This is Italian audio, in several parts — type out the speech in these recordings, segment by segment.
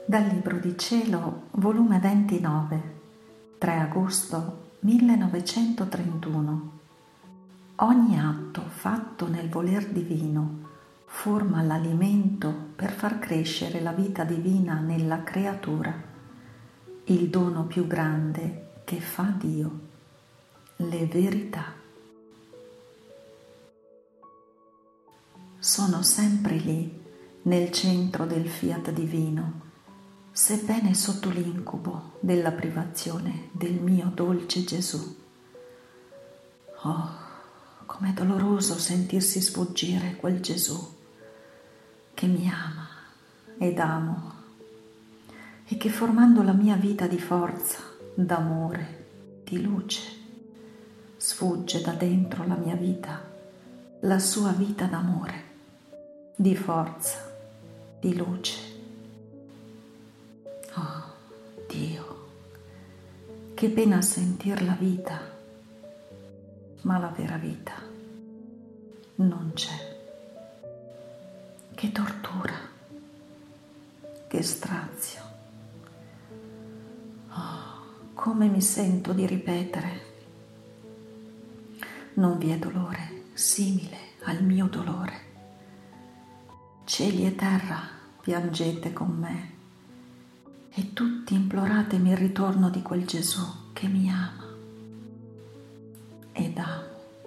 Dal Libro di Cielo, volume 29, 3 agosto 1931. Ogni atto fatto nel voler divino forma l'alimento per far crescere la vita divina nella creatura, il dono più grande che fa Dio, le verità. Sono sempre lì, nel centro del fiat divino, sebbene sotto l'incubo della privazione del mio dolce Gesù. Oh, com'è doloroso sentirsi sfuggire quel Gesù che mi ama ed amo e che formando la mia vita di forza, d'amore, di luce, sfugge da dentro la mia vita, la sua vita d'amore, di forza, di luce. Oh, Dio, che pena sentir la vita, ma la vera vita non c'è. Che tortura, che strazio. Oh, come mi sento di ripetere. Non vi è dolore simile al mio dolore. Cieli e terra, piangete con me e tutti imploratemi il ritorno di quel Gesù che mi ama ed amo.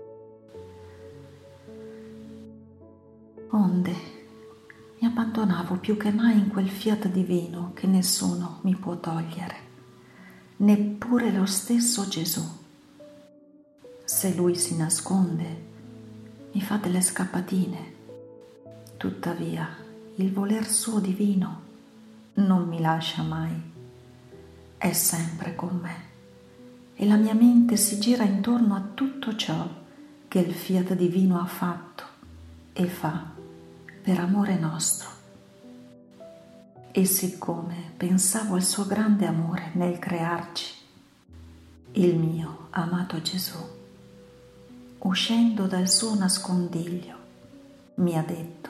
Onde mi abbandonavo più che mai in quel fiat divino che nessuno mi può togliere, neppure lo stesso Gesù. Se Lui si nasconde, mi fa delle scappatine. Tuttavia, il voler suo divino non mi lascia mai. È sempre con me e la mia mente si gira intorno a tutto ciò che il fiat divino ha fatto e fa per amore nostro. E siccome pensavo al suo grande amore nel crearci, il mio amato Gesù, uscendo dal suo nascondiglio, mi ha detto: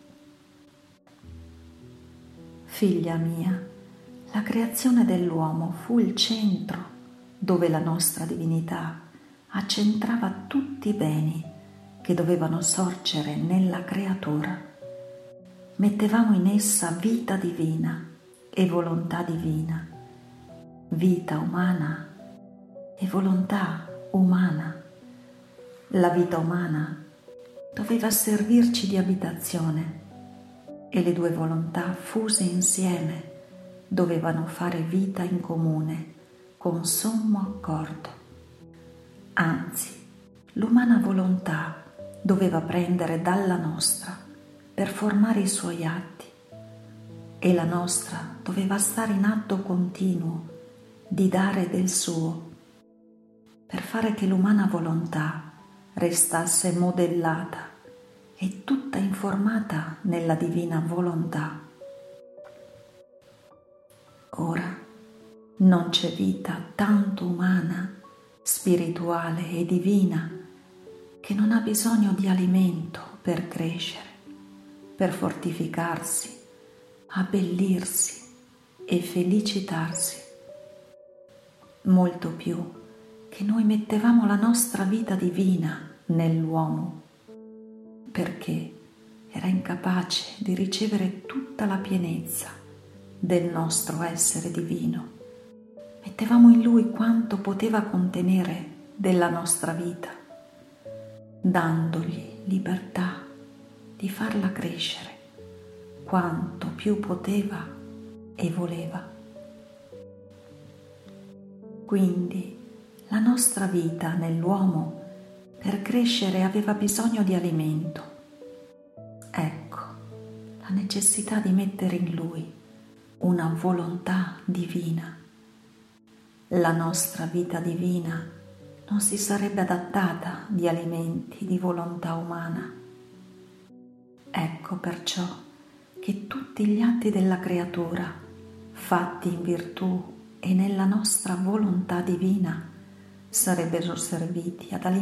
figlia mia, la creazione dell'uomo fu il centro dove la nostra divinità accentrava tutti i beni che dovevano sorgere nella creatura. Mettevamo in essa vita divina e volontà divina, vita umana e volontà umana. La vita umana doveva servirci di abitazione e le due volontà fuse insieme dovevano fare vita in comune con sommo accordo. Anzi, l'umana volontà doveva prendere dalla nostra per formare i suoi atti e la nostra doveva stare in atto continuo di dare del suo per fare che l'umana volontà restasse modellata e tutta informata nella divina volontà. Ora non c'è vita tanto umana, spirituale e divina che non ha bisogno di alimento per crescere, per fortificarsi, abbellirsi e felicitarsi. Molto più che noi mettevamo la nostra vita divina nell'uomo, perché era incapace di ricevere tutta la pienezza del nostro essere divino. Mettevamo in lui quanto poteva contenere della nostra vita, dandogli libertà di farla crescere quanto più poteva e voleva. Quindi la nostra vita nell'uomo per crescere aveva bisogno di alimento. Ecco la necessità di mettere in lui una volontà divina. La nostra vita divina non si sarebbe adattata di alimenti di volontà umana. Ecco perciò che tutti gli atti della creatura, fatti in virtù e nella nostra volontà divina, sarebbero serviti ad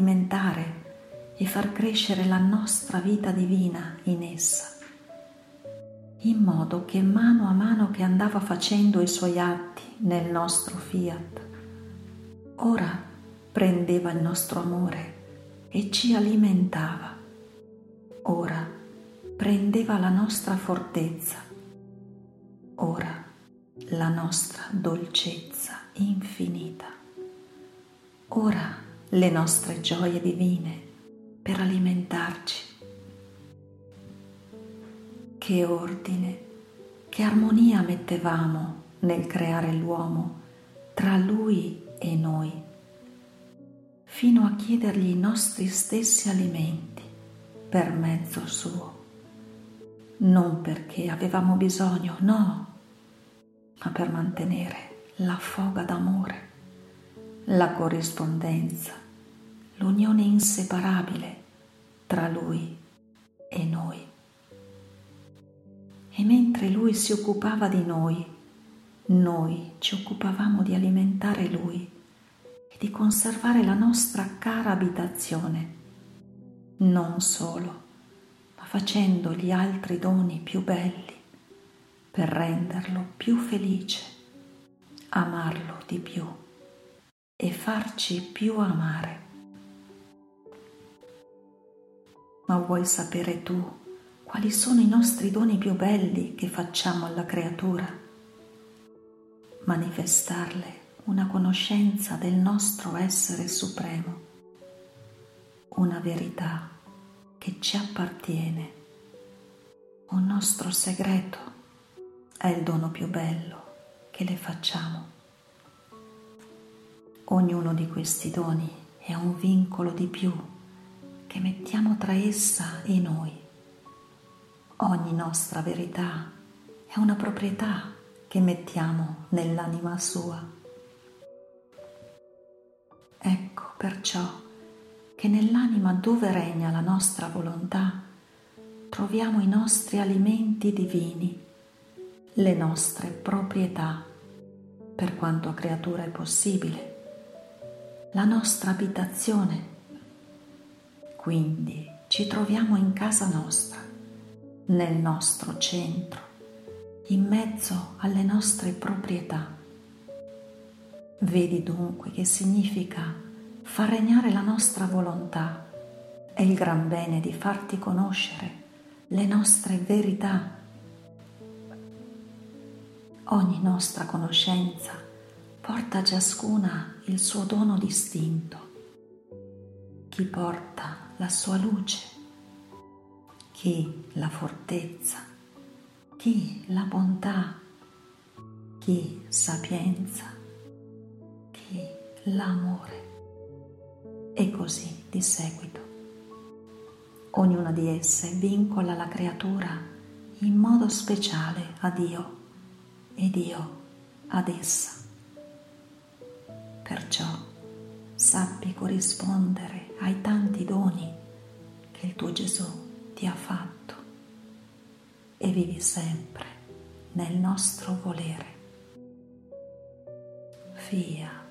alimentare e far crescere la nostra vita divina in essa. in modo che mano a mano che andava facendo i suoi atti nel nostro fiat, ora prendeva il nostro amore e ci alimentava, ora prendeva la nostra fortezza, ora la nostra dolcezza infinita, ora le nostre gioie divine per alimentarci. Che ordine, che armonia mettevamo nel creare l'uomo tra lui e noi, fino a chiedergli i nostri stessi alimenti per mezzo suo, non perché avevamo bisogno, no, ma per mantenere la foga d'amore, la corrispondenza, l'unione inseparabile tra lui e noi. E mentre lui si occupava di noi ci occupavamo di alimentare lui e di conservare la nostra cara abitazione, non solo, ma facendo gli altri doni più belli per renderlo più felice, amarlo di più e farci più amare. Ma vuoi sapere tu quali sono i nostri doni più belli che facciamo alla creatura? Manifestarle una conoscenza del nostro essere supremo, una verità che ci appartiene, un nostro segreto è il dono più bello che le facciamo. Ognuno di questi doni è un vincolo di più che mettiamo tra essa e noi. Ogni nostra verità è una proprietà che mettiamo nell'anima sua. Ecco perciò che nell'anima dove regna la nostra volontà troviamo i nostri alimenti divini, le nostre proprietà, per quanto creatura è possibile, la nostra abitazione. Quindi ci troviamo in casa nostra, nel nostro centro, in mezzo alle nostre proprietà. Vedi dunque che significa far regnare la nostra volontà e il gran bene di farti conoscere le nostre verità. Ogni nostra conoscenza porta a ciascuna il suo dono distinto. Chi porta la sua luce, chi la fortezza, chi la bontà, chi sapienza, chi l'amore, e così di seguito. Ognuna di esse vincola la creatura in modo speciale a Dio ed Dio ad essa. Perciò sappi corrispondere ai tanti doni che il tuo Gesù ti ha fatto e vivi sempre nel nostro volere. Fiat.